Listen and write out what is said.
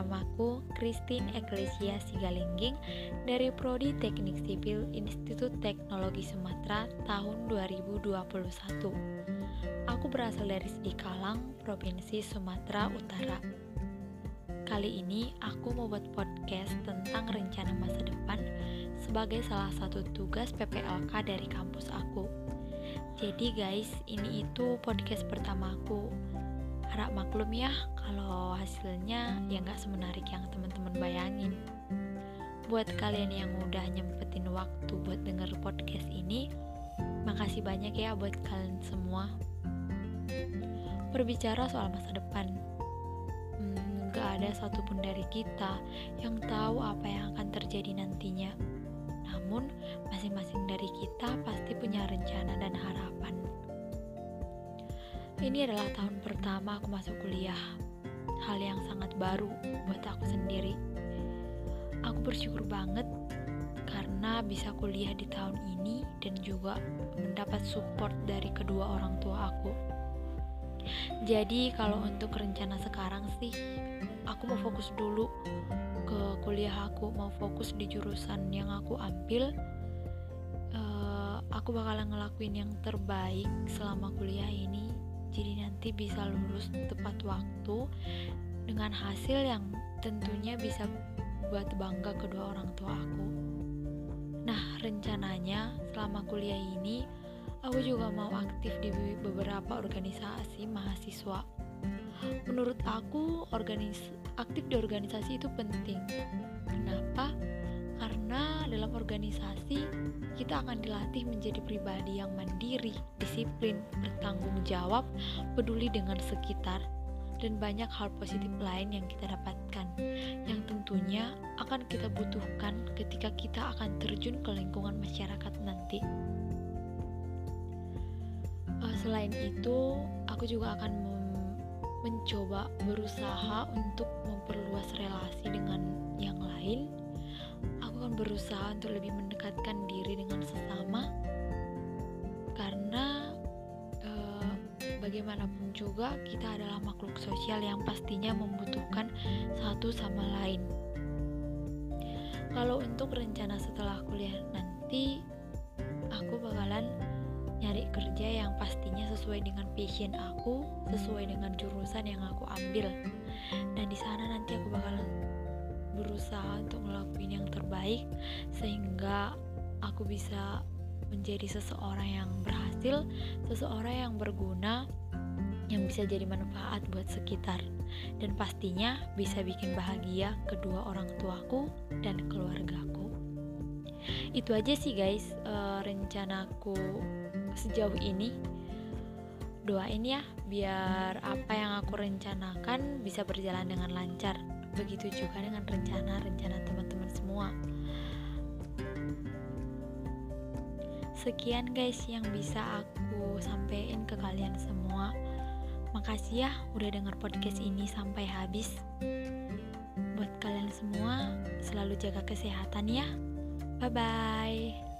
namaku Christine Eklesia Sigalingging dari Prodi Teknik Sipil Institut Teknologi Sumatera tahun 2021. Aku berasal dari Sidikalang, Provinsi Sumatera Utara. Kali ini aku mau buat podcast tentang rencana masa depan sebagai salah satu tugas PPLK dari kampus aku. Jadi guys, ini itu podcast pertama aku. Harap maklum ya kalau hasilnya ya nggak semenarik yang teman-teman bayangin. Buat kalian yang udah nyempetin waktu buat denger podcast ini, makasih banyak ya buat kalian semua. Berbicara soal masa depan, nggak ada satupun dari kita yang tahu apa yang akan terjadi nantinya. Namun, masing-masing dari kita pasti punya rencana dan harapan. Ini adalah tahun pertama aku masuk kuliah, hal yang sangat baru buat aku sendiri. Aku bersyukur banget karena bisa kuliah di tahun ini dan juga mendapat support dari kedua orang tua aku. Jadi kalau untuk rencana sekarang sih, aku mau fokus dulu ke kuliah aku, mau fokus di jurusan yang aku ambil. Aku bakalan ngelakuin yang terbaik selama kuliah ini. Jadi nanti bisa lulus tepat waktu dengan hasil yang tentunya bisa buat bangga kedua orang tua aku. Nah, rencananya selama kuliah ini aku juga mau aktif di beberapa organisasi mahasiswa. Menurut aku aktif di organisasi itu penting. Kenapa? Karena dalam organisasi kita akan dilatih menjadi pribadi yang mandiri, disiplin, bertanggung jawab, peduli dengan sekitar, dan banyak hal positif lain yang kita dapatkan, yang tentunya akan kita butuhkan ketika kita akan terjun ke lingkungan masyarakat nanti. Selain itu, aku juga akan mencoba berusaha untuk memperluas relasi dengan yang lain. Aku akan berusaha untuk lebih mendekatkan diri dengan sesama, karena bagaimanapun juga kita adalah makhluk sosial yang pastinya membutuhkan satu sama lain. Kalau untuk rencana setelah kuliah nanti, aku bakalan nyari kerja yang pastinya sesuai dengan passion aku, sesuai dengan jurusan yang aku ambil. Dan di sana nanti aku bakalan berusaha untuk ngelakuin yang terbaik sehingga aku bisa menjadi seseorang yang berhasil, seseorang yang berguna, yang bisa jadi manfaat buat sekitar, dan pastinya bisa bikin bahagia kedua orang tuaku dan keluargaku. Itu aja sih guys, rencanaku sejauh ini. Doain ya biar apa yang aku rencanakan bisa berjalan dengan lancar. Begitu juga dengan rencana-rencana teman-teman semua. Sekian guys yang bisa aku sampaikan ke kalian semua. Makasih ya udah denger podcast ini sampai habis. Buat kalian semua, selalu jaga kesehatan ya. Bye-bye.